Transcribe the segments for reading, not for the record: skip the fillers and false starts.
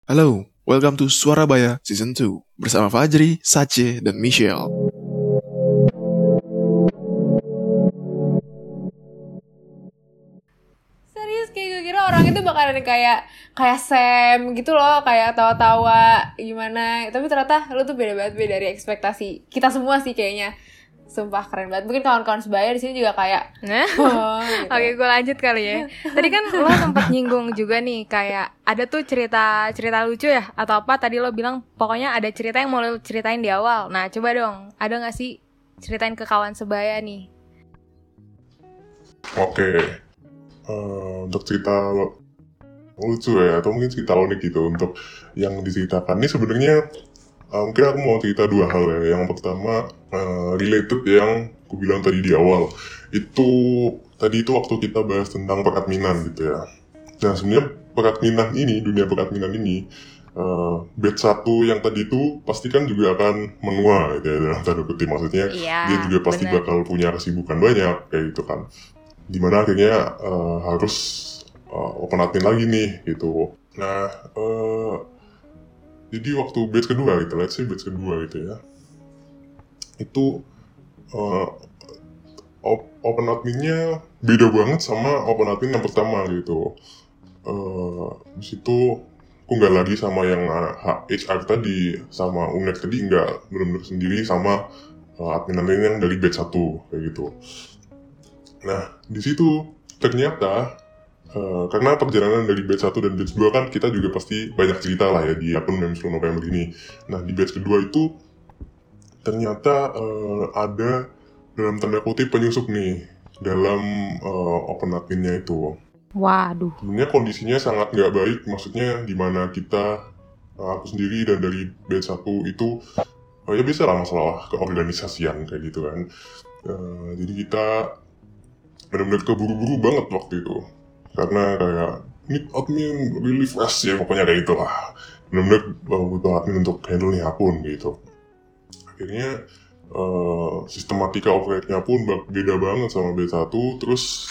Halo, welcome to Suarabaya Season 2 bersama Fajri, Sace, dan Michelle. Serius, kayak gue kira orang itu bakalan kayak Sam gitu loh, kayak tawa-tawa gimana. Tapi ternyata lu tuh beda banget dari ekspektasi kita semua sih kayaknya. Sumpah keren banget. Mungkin kawan-kawan sebaya di sini juga kayak gitu. Oke, gue lanjut kali ya. Tadi kan lo sempat nyinggung juga nih, kayak ada tuh cerita lucu ya atau apa, tadi lo bilang pokoknya ada cerita yang mau lo ceritain di awal. Nah, coba dong, ada gak sih ceritain ke kawan sebaya nih? Oke, untuk cerita lucu ya, atau mungkin cerita unik gitu untuk yang diceritakan ini sebenarnya mungkin aku mau cerita dua hal ya. Yang pertama related yang aku bilang tadi di awal. Tadi itu waktu kita bahas tentang peradminan gitu ya. Nah sebenarnya dunia peradminan ini batch 1 yang tadi itu pasti kan juga akan menua gitu ya, dalam tanda kutip. Maksudnya dia juga pasti bakal punya kesibukan banyak kayak gitu kan. Dimana akhirnya harus open admin lagi nih gitu. Nah jadi waktu batch kedua gitu, let's say batch kedua gitu ya, itu open adminnya beda banget sama open admin yang pertama gitu. Di situ aku nggak lagi sama yang HR tadi, sama UNED tadi, nggak, benar-benar sendiri sama admin yang dari batch 1 kayak gitu. Nah di situ ternyata karena perjalanan dari batch 1 dan batch 2 kan kita juga pasti banyak cerita lah ya di akun Memes November ini. Nah di batch kedua itu ternyata ada dalam tanda kutip penyusup nih dalam open adminnya itu. Waduh. Sebenarnya kondisinya sangat nggak baik, maksudnya dimana kita, aku sendiri dan dari batch 1 itu ya bisa lah masalah keorganisasian kayak gitu kan. Jadi kita benar-benar keburu-buru banget waktu itu. Karena kayak need admin really fast ya, pokoknya kayak itulah. Benar-benar butuh admin untuk handle nih akun gitu. Akhirnya sistematika operate-nya pun beda banget sama B1. Terus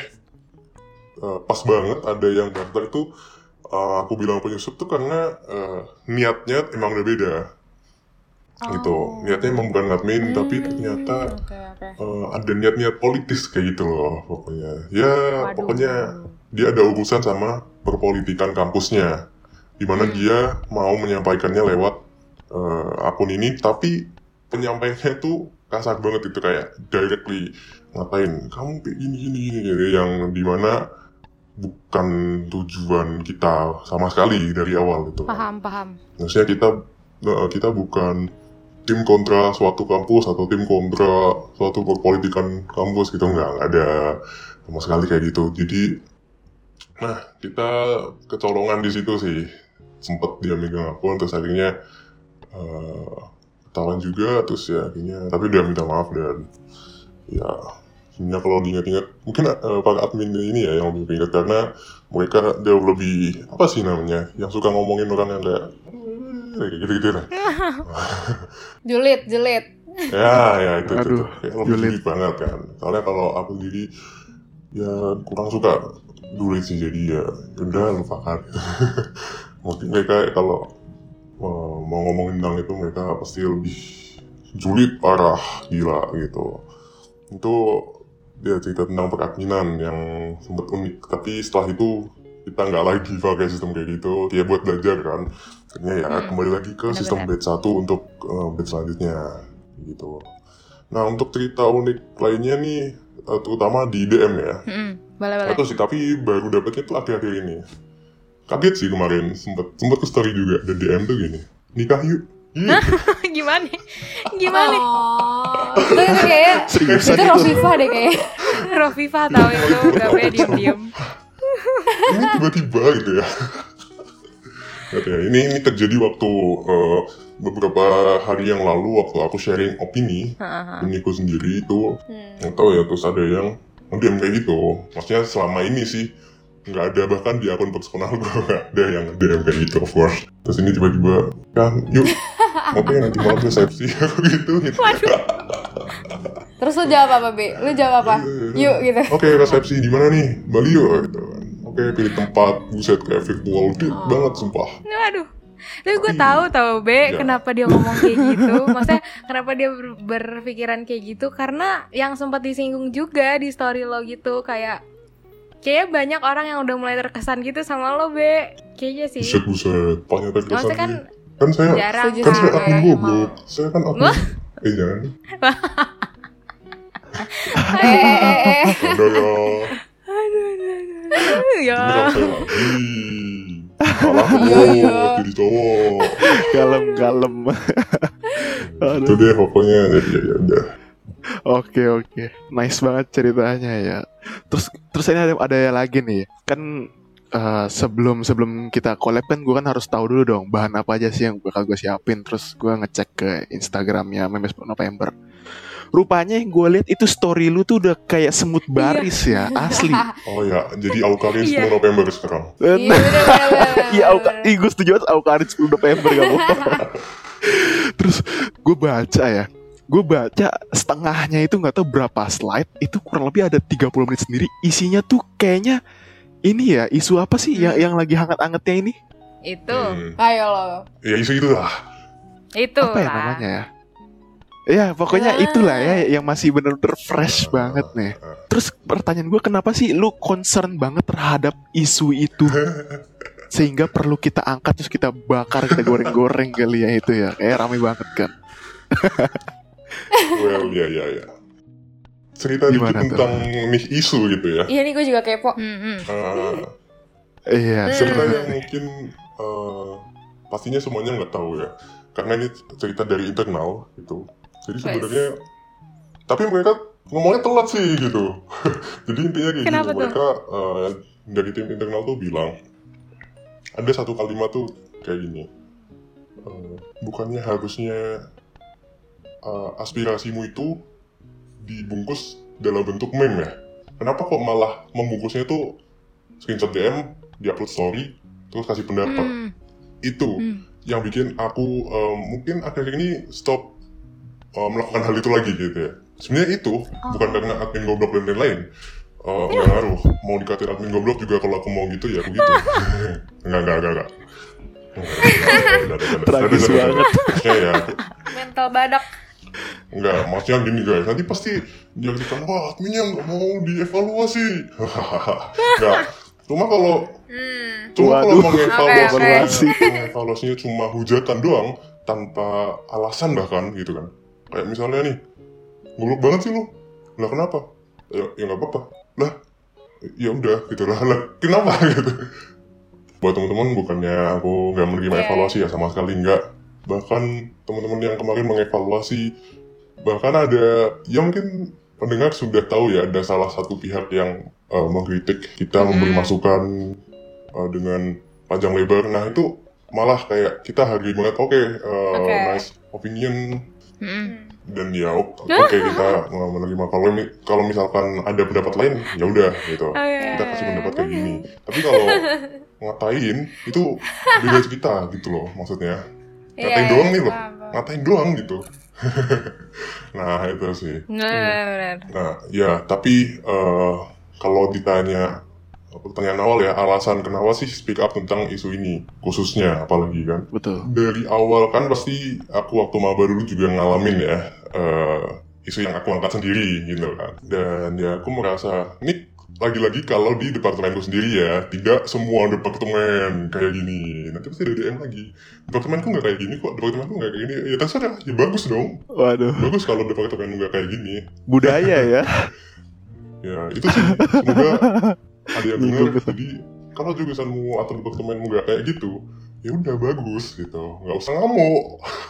pas banget ada yang daftar itu, aku bilang penyusup tuh karena niatnya emang udah beda. Gitu, niatnya emang bukan admin, tapi ternyata ada niat-niat politis kayak gitu loh pokoknya. Ya pokoknya dia ada urusan sama perpolitikan kampusnya, dimana dia mau menyampaikannya lewat akun ini, tapi penyampaiannya tuh kasar banget itu, kayak directly ngatain kamu kayak gini yang dimana bukan tujuan kita sama sekali dari awal gitu. Paham. Maksudnya kita bukan tim kontra suatu kampus atau tim kontra suatu perpolitikan kampus gitu, nggak ada sama sekali kayak gitu. Jadi nah kita kecolongan di situ sih, sempet dia megang akun, terus akhirnya ketahuan juga, terus ya akhirnya tapi dia minta maaf. Dan ya sebenarnya kalau diingat-ingat mungkin para admin ini ya yang lebih ingat, karena mereka jauh lebih apa sih namanya, yang suka ngomongin orang yang kayak gitu lah. Julit. Ya itu kayak lebih julid banget kan. Soalnya kalau aku sendiri ya kurang suka julid sih, jadi ya udah lupakan. Mungkin mereka kalau mau ngomongin tentang itu, mereka pasti lebih julid parah, gila gitu. Itu dia cerita tentang peradminan yang sempat unik, tapi setelah itu kita nggak lagi pakai sistem kayak gitu. Dia buat belajar kan, akhirnya ya kembali lagi ke sistem batch 1 untuk batch selanjutnya gitu. Nah untuk cerita unik lainnya nih, terutama di DM ya. Boleh. Atau sih, tapi baru dapetnya tuh akhir-akhir ini. Kaget sih kemarin, sempet ke story juga, dan DM tuh gini, nikah yuk. Gimana? Itu kayak itu Rofifah deh kayak. Rofifah tahu itu, gak boleh diem. Ini tiba-tiba gitu ya. Ini terjadi waktu beberapa hari yang lalu, waktu aku sharing opini ku sendiri itu, nggak tahu ya, terus ada yang DM kayak gitu. Maksudnya selama ini sih nggak ada, bahkan di akun personal gue nggak ada yang DM kayak gitu, of course. Terus ini tiba-tiba kan, yuk oke nanti malam resepsi gitu. Waduh. Terus lu jawab apa, Bi? Lu jawab apa? Yuk gitu. Oke, resepsi di mana nih? Bali yuk gitu kan. Oke, pilih tempat, buset kayak virtual deep banget sumpah. Waduh. Tapi gue tahu B ya. kenapa dia ngomong kayak gitu. Maksudnya kenapa dia berpikiran kayak gitu? Karena yang sempat disinggung juga di story lo gitu, kayak banyak orang yang udah mulai terkesan gitu sama lo, B. Kayaknya sih. Buset, banyak terkesan. Maksudnya kan kan saya jarang kan saya akun yang goblok. Saya kan akun jangan. Ada ya. ya. Ini kalau saya lagi salah jadi cowok. Kalem. Itu deh pokoknya jadi ya udah. Oke. Nice banget ceritanya ya. Terus ini ada lagi nih. Kan sebelum kita collab kan gue kan harus tahu dulu dong bahan apa aja sih yang bakal gue siapin. Terus gue ngecek ke Instagramnya Memes November. Rupanya yang gue lihat itu story lu tuh udah kayak semut baris ya, asli. Oh ya, jadi Aukarin 10 November sekarang. Iya bener. Iya, gue setuju banget Aukarin 10 November kamu. Terus gue baca setengahnya itu nggak tahu berapa slide, itu kurang lebih ada 30 menit sendiri. Isinya tuh kayaknya ini ya, isu apa sih yang lagi hangat-hangatnya ini? Itu. Ayo lo. Ya isu itu lah. Itu Apa ya lah. namanya ya? Ya pokoknya itulah ya yang masih bener-bener fresh banget nih. Terus pertanyaan gue, kenapa sih lu concern banget terhadap isu itu sehingga perlu kita angkat terus kita bakar, kita goreng-goreng kali ya itu ya. Kayak rame banget kan. Well, ya. Cerita dikit Gimana tuh? tentang nih isu gitu ya. Iya nih gue juga kepo. Iya, Cerita seru. yang mungkin pastinya semuanya nggak tahu ya. Karena ini cerita dari internal gitu. Jadi sebenarnya tapi mereka ngomongnya telat sih gitu. Jadi intinya kayak Kenapa gitu, tuh? mereka dari tim internal tuh bilang ada satu kalimat tuh kayak gini. Bukannya harusnya aspirasimu itu dibungkus dalam bentuk meme ya? Kenapa kok malah membungkusnya tuh screenshot DM, diupload story, terus kasih pendapat? Itu yang bikin aku mungkin akhir ini stop melakukan hal itu lagi gitu ya. Sebenarnya itu bukan karena admin goblok dan lain-lain. Nggak ngaruh. Mau dikatain admin goblok juga kalau aku mau gitu ya aku gitu. Enggak. Tragis banget. Maksudnya ya, Mental badak. enggak, maksudnya gini guys, nanti pasti dia bilang, wah adminnya nggak mau dievaluasi. Enggak. Cuma kalau Waduh, mengevaluasinya cuma hujatan doang tanpa alasan bahkan gitu kan. Kayak misalnya nih, goblok banget sih lu. Lah kenapa? Ya nggak apa-apa. Lah ya udah gitu lah. Kenapa gitu? Buat teman-teman, bukannya aku nggak menerima evaluasi ya, sama sekali nggak. Bahkan teman-teman yang kemarin mengevaluasi, bahkan ada yang mungkin pendengar sudah tahu ya, ada salah satu pihak yang mengkritik kita, memberi masukan dengan panjang lebar. Nah itu malah kayak kita hargai banget. Oke, nice opinion. Dan ya oke, kita menerima. Kalau misalkan ada pendapat lain ya udah gitu, kita kasih pendapat kayak gini. Tapi kalau ngatain itu beda cerita gitu loh, maksudnya ngatain doang nih loh, ngatain doang gitu. Nah itu sih. Benar. Nah ya, tapi kalau ditanya pertanyaan awal ya, alasan kenapa sih speak up tentang isu ini khususnya, apalagi kan Betul. dari awal kan pasti aku waktu maba dulu juga ngalamin ya isu yang aku angkat sendiri gitu kan. Dan ya aku merasa ini lagi-lagi kalau di departemenku sendiri ya, tidak semua departemen kayak gini. Nanti pasti ada DM lagi, departemenku nggak kayak gini kok, departemenku nggak kayak gini. Ya terserah, ya bagus dong. Waduh, Bagus kalau departemen nggak kayak gini. budaya ya. Ya itu sih, semoga ada yang Bingung dengar. gitu. Jadi kalau jurusanmu atau departemenmu nggak kayak gitu, ya udah bagus gitu, nggak usah ngamuk.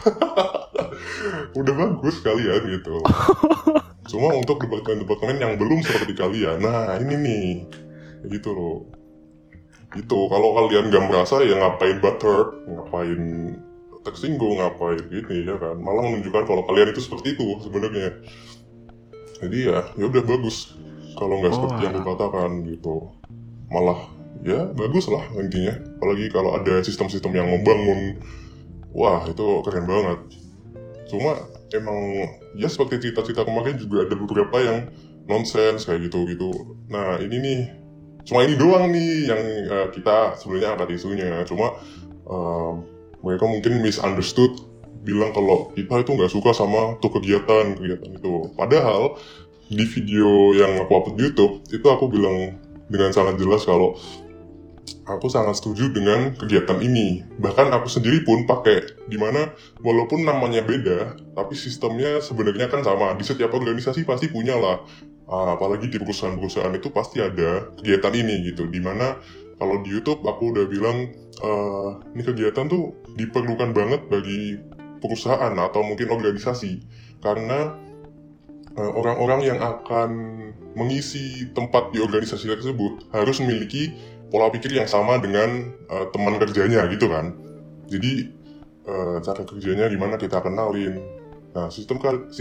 Udah bagus kalian gitu. Cuma untuk departemen-departemen yang belum seperti kalian, nah ini nih gitu loh. Gitu, kalau kalian nggak merasa ya ngapain butthurt, ngapain tersinggung, ngapain gini ya kan, malah menunjukkan kalau kalian itu seperti itu sebenarnya. Jadi ya udah bagus kalau nggak seperti yang dikatakan gitu, malah ya bagus lah intinya. Apalagi kalau ada sistem-sistem yang membangun, wah itu keren banget. Cuma emang ya seperti cerita-cerita kemarin juga ada beberapa yang nonsens kayak gitu. Nah ini nih cuma ini doang nih yang kita sebenarnya angkat isunya. Cuma mereka mungkin misunderstood, bilang kalau kita itu nggak suka sama tuh kegiatan itu. Padahal di video yang aku upload di YouTube itu aku bilang dengan sangat jelas kalau aku sangat setuju dengan kegiatan ini. Bahkan aku sendiri pun pakai, dimana walaupun namanya beda, tapi sistemnya sebenarnya kan sama. Di setiap organisasi pasti punya lah. Apalagi di perusahaan-perusahaan itu pasti ada kegiatan ini gitu. Dimana kalau di YouTube aku udah bilang ini kegiatan tuh diperlukan banget bagi perusahaan atau mungkin organisasi. Karena orang-orang yang akan mengisi tempat di organisasi tersebut harus memiliki pola pikir yang sama dengan teman kerjanya gitu kan. Jadi cara kerjanya gimana kita kenalin. Nah sistem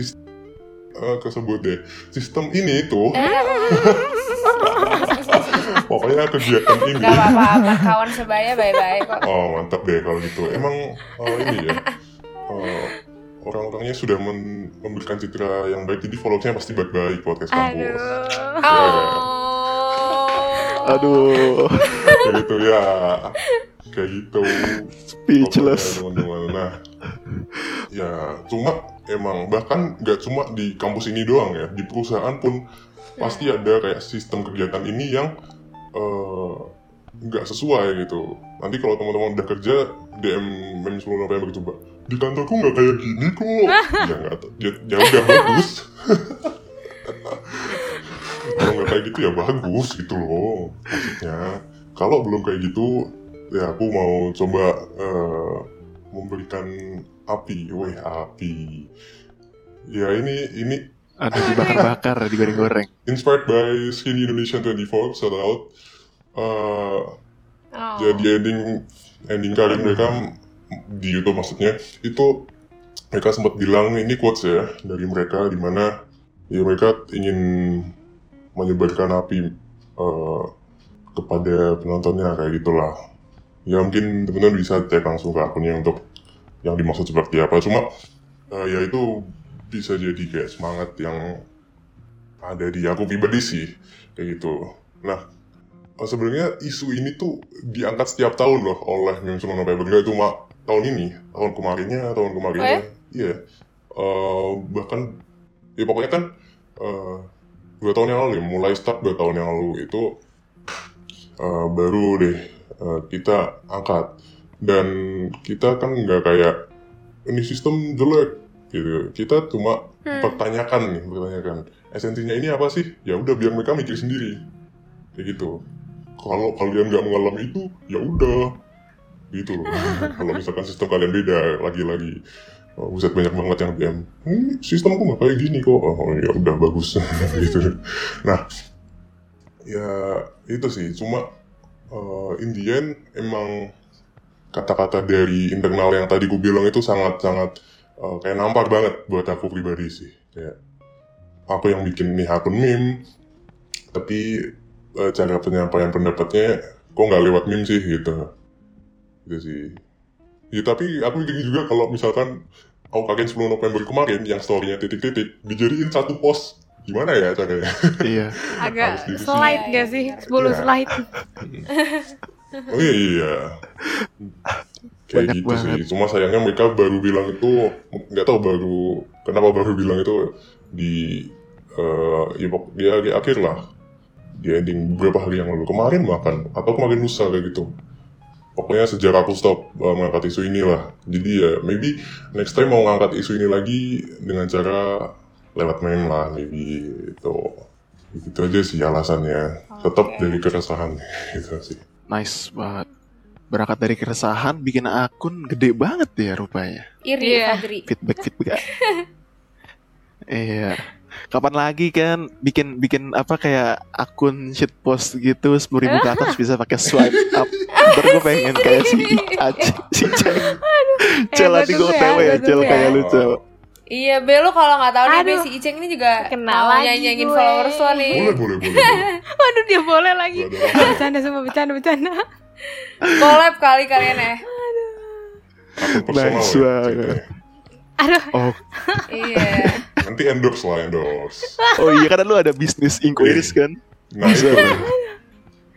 sistem ini itu pokoknya kegiatan ini. Gak apa-apa, kawan sebaya baik-baik kok. Oh mantap deh kalau gitu. Emang ini ya orang-orangnya sudah memberikan citra yang baik, jadi follow-nya pasti baik-baik podcast kampus. Aduh. Kayak gitu ya. Kayak gitu. Speechless. Teman-teman. Nah, ya cuma emang bahkan nggak cuma di kampus ini doang ya, di perusahaan pun pasti ada kayak sistem kegiatan ini yang nggak sesuai gitu. Nanti kalau teman-teman udah kerja, DM mem 10 November coba. Di kantorku nggak kayak gini kok. Ya nggak, ya udah bagus. Kalau nggak kayak gitu ya bagus gitu loh. Maksudnya, kalau belum kayak gitu, ya aku mau coba memberikan api. Ya ini Ada dibakar-bakar, digoreng-goreng. inspired by Skinny Indonesia 24, shout out. Jadi ending karir mereka di YouTube maksudnya itu mereka sempat bilang, ini quotes ya dari mereka, dimana ya mereka ingin menyebarkan api kepada penontonnya kayak gitulah. Ya mungkin teman-teman bisa cek langsung ke akunnya untuk yang dimaksud seperti apa. Cuma ya itu bisa jadi kayak semangat yang ada di aku pribadi sih kayak gitu. Nah sebenarnya isu ini tuh diangkat setiap tahun loh oleh Meme November, nggak cuma tahun ini, tahun kemarinnya. Iya. Bahkan ya pokoknya kan 2 tahun yang lalu ya, mulai start 2 tahun yang lalu itu baru deh kita angkat. Dan kita kan nggak kayak ini sistem jelek gitu, kita cuma pertanyakan esensinya ini apa sih, ya udah biar mereka mikir sendiri kayak gitu. Kalau kalian nggak mengalami itu ya udah gitu loh. Kalau misalkan sistem kalian beda, lagi-lagi buset banyak banget yang DM, sistemku nggak kayak gini kok. Oh ya udah bagus gitu. Nah ya itu sih, cuma in the end emang kata-kata dari internal yang tadi gue bilang itu sangat-sangat kayak nampar banget buat aku pribadi sih. Kayak aku yang bikin nih akun meme, tapi cara penyampaian pendapatnya kok nggak lewat meme sih gitu. Gitu sih. Ya tapi aku mikir juga kalau misalkan aku kaget 10 November kemarin yang story-nya titik-titik dijadiin satu post, gimana ya caranya? Iya. Agak slide gak sih? 10 slide. Oh iya. Kayak Banyak gitu banget. sih. Cuma sayangnya mereka baru bilang itu, nggak tahu kenapa baru bilang itu di ya di akhir lah, di ending beberapa hari yang lalu, kemarin bahkan atau kemarin lusa kayak gitu. Pokoknya sejak aku stop mengangkat isu ini lah. Jadi ya maybe next time mau ngangkat isu ini lagi dengan cara lewat meme lah, maybe itu. Gitu aja sih alasannya. Tetap dari keresahan gitu sih. Nice banget. Berangkat dari keresahan bikin akun gede banget ya rupanya. Iri, Iya. Fadri. Feedback. Iya. Kapan lagi kan bikin apa kayak akun shitpost gitu 10.000 ke atas bisa pakai swipe up. Ntar gue pengen kayak si Cel. Cel tadi gue OTW ya, Cel kayak lu Cel. Iya, Belo kalau nggak tahu nih, Aduh. si Iceng ini juga Kenal mau lagi nyanyiin gue. followers lo nih. Boleh. Waduh dia boleh lagi. Gak ada Bercanda semua, bercanda. Collab kali kalian ya. akun personal Nice ya, banget. ceritanya. Aduh, Oh, Iya. Nanti endorse. oh iya kan lu ada bisnis inquiries kan? Nah itu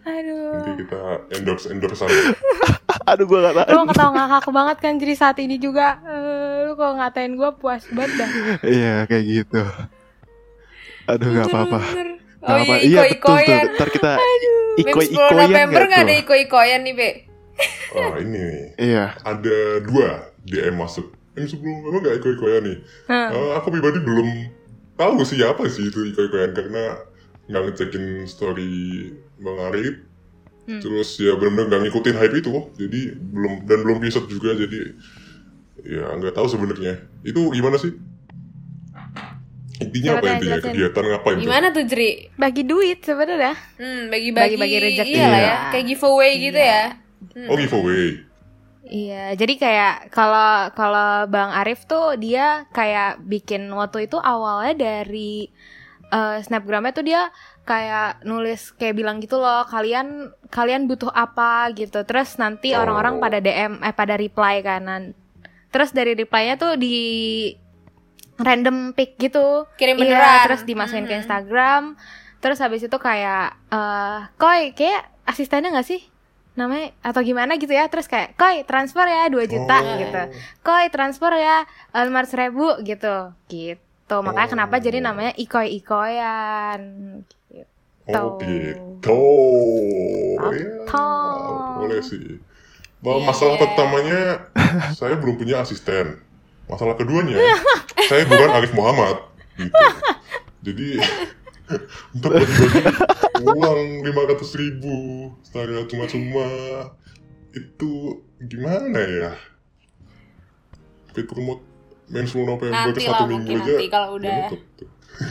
Aduh. Nanti kita endorse. Aduh gue gak Lu tahu. ketawa ngakak banget kan jadi saat ini juga. Lu kalau ngatain gue puas banget dah. Iya kayak gitu. Aduh gak apa-apa. Bener. Gak Oh apa. iya, Iya betul tuh. iko-ikoyan. Ntar kita Meme 10 iko-ikoyan November gak nggak ada tuh? iko-ikoyan nih, Be? Wah ini nih, Iya. ada 2 DM masuk. Ini sebelum memang gak iko-ikoyan nih. Aku pribadi belum tahu siapa sih itu iko-ikoyan karena nggak ngecekin story Bang Arif. Terus ya benar-benar nggak ngikutin hype itu, jadi belum riset juga, jadi ya nggak tahu sebenarnya itu gimana sih intinya. Apa intinya, kegiatan ngapain tuh? Gimana tuh, Jri? Bagi duit sebenarnya. Bagi-bagi rezeki. iya lah ya, Iya. kayak giveaway gitu ya. Oh giveaway. Iya, jadi kayak kalau Bang Arif tuh dia kayak bikin waktu itu awalnya dari snapgramnya tuh dia kayak nulis kayak bilang gitu loh, kalian butuh apa gitu, terus nanti orang-orang pada DM pada reply kanan, terus dari reply-nya tuh di random pick gitu, Kirim iya, beneran. terus dimasukin ke Instagram, terus habis itu kayak Koi kayak asistennya nggak sih namanya atau gimana gitu ya, terus kayak Koi transfer ya 2 juta gitu, Koi transfer ya 500.000 gitu. Makanya kenapa jadi namanya ikoy-ikoyan gitu. Oh gitu. Ya, boleh sih. Masalah pertamanya saya belum punya asisten. Masalah keduanya saya bukan Arif Muhammad gitu. Jadi untuk bagi-bagi uang 500.000 secara cuma-cuma itu gimana ya? Fit promote main 10 November Nanti ke 1 lah, minggu mungkin aja. nanti kalau udah. Tutup tuh.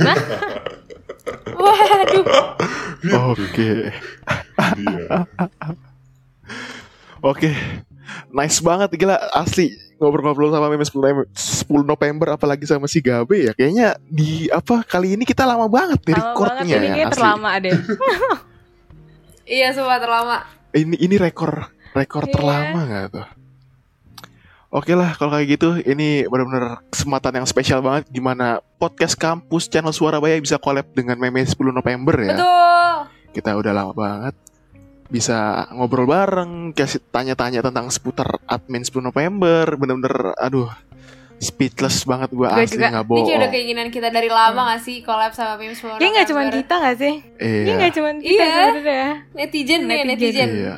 Waduh. Oke. Iya. Oke. Nice banget gila asli ngobrol-ngobrol sama Meme 10 November apalagi sama si Gabe ya. Kayaknya di kali ini kita lama banget nih Lama banget recordnya ini ya. kayak Asli. terlama deh. Iya, sumpah terlama. Ini rekor Iya. terlama gak tuh? Oke lah kalau kayak gitu, ini benar-benar kesempatan yang spesial banget gimana podcast kampus channel Suarabaya bisa collab dengan Meme 10 November ya. Betul. Kita udah lama banget bisa ngobrol bareng, kasih tanya-tanya tentang seputar admin 10 November. Bener-bener aduh speechless banget gue Gua asli juga. nggak Ini kayak udah bohong. keinginan kita dari lama gak sih collab sama Meme 10 Ini nggak cuma kita nggak sih? Ini Iya. nggak cuma kita Iya. sebenarnya. Netizen. Iya.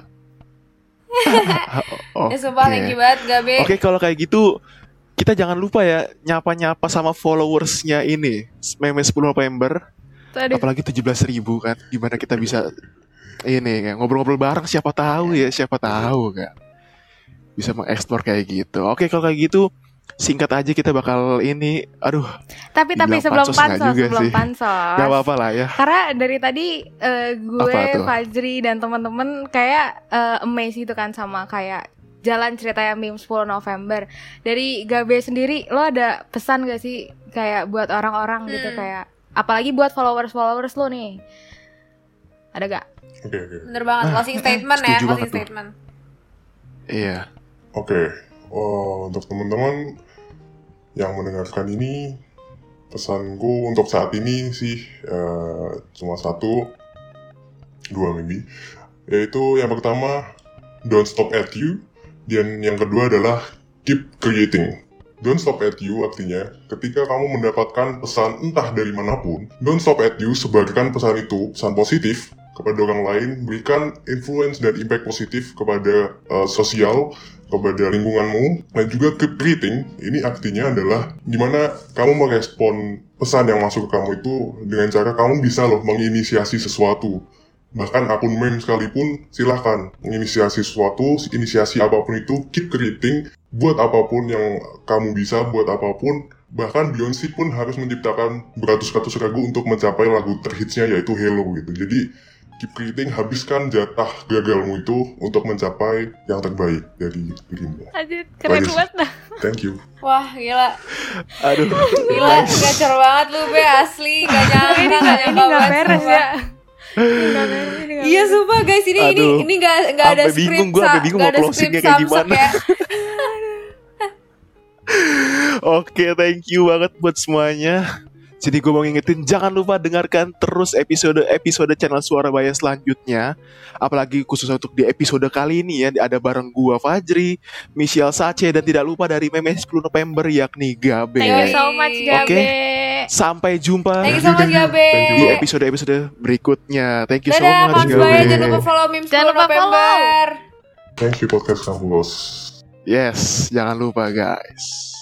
Ya sumpah thank you banget Gabe. Oke, kalau kayak gitu kita jangan lupa ya nyapa-nyapa sama followersnya ini Meme 10 November. Aduh. Apalagi 17.000 kan. Gimana kita bisa ini kayak ngobrol-ngobrol bareng, siapa tahu kan. Bisa mengeksplor kayak gitu. Oke, kalau kayak gitu singkat aja kita bakal ini Tapi dibilang sebelum pansos nggak juga sih. pansos. Gak apa-apa lah ya. Karena dari tadi gue, Apa tuh? Fajri dan teman-teman kayak amazed gitu kan sama kayak jalan ceritanya Meme 10 November. Dari Gabe sendiri, lo ada pesan gak sih kayak buat orang-orang gitu kayak apalagi buat followers lo nih? Ada gak? Oke. Bener banget, closing statement ya, setuju closing banget tuh. statement. Iya. Oke. Untuk teman-teman yang mendengarkan ini, pesanku untuk saat ini sih cuma 1, 2 maybe. Yaitu yang pertama, don't stop at you. Dan yang kedua adalah keep creating. Don't stop at you artinya ketika kamu mendapatkan pesan entah dari manapun, don't stop at you, sebarkan pesan itu, pesan positif kepada orang lain, berikan influence dan impact positif kepada sosial, kepada lingkunganmu, dan juga keep creating. Ini artinya adalah gimana kamu merespon pesan yang masuk ke kamu itu dengan cara kamu bisa menginisiasi sesuatu. Bahkan akun meme sekalipun silahkan menginisiasi sesuatu, inisiasi apapun itu, keep creating, buat apapun yang kamu bisa, buat apapun. Bahkan Beyonce pun harus menciptakan beratus-ratus lagu untuk mencapai lagu terhitsnya yaitu Hello gitu. Jadi keep creating, habiskan jatah gagalmu itu untuk mencapai yang terbaik dari dirimu. Aduh, keren Bagus. banget dah. Thank you. Wah gila, Aduh. gila, gacor banget lu Be, asli, gak nyangka, Ini gak nggak beres ya. Ini nggak beres, ini nggak Iya beres. sumpah guys, ini Aduh. nggak ada Sampai skrip, bingung, gua sampai bingung nggak mau ada closingnya skrip kayak samsek gimana. ya. Oke, thank you banget buat semuanya. Jadi gue mau ngingetin, jangan lupa dengarkan terus episode channel Suara Baya selanjutnya. Apalagi khusus untuk di episode kali ini ya, ada bareng gua Fajri, Michelle Sace, dan tidak lupa dari Meme 10 November yakni Gabe. Thank you so much Gabe. Oke. Sampai jumpa Thank you so much Gabe. di episode-episode berikutnya. Thank you so Dadah, much kawan Baya, jangan Gabe. lupa follow Meme 10 Jangan lupa November. Thank you podcast kampus. Yes, jangan lupa guys.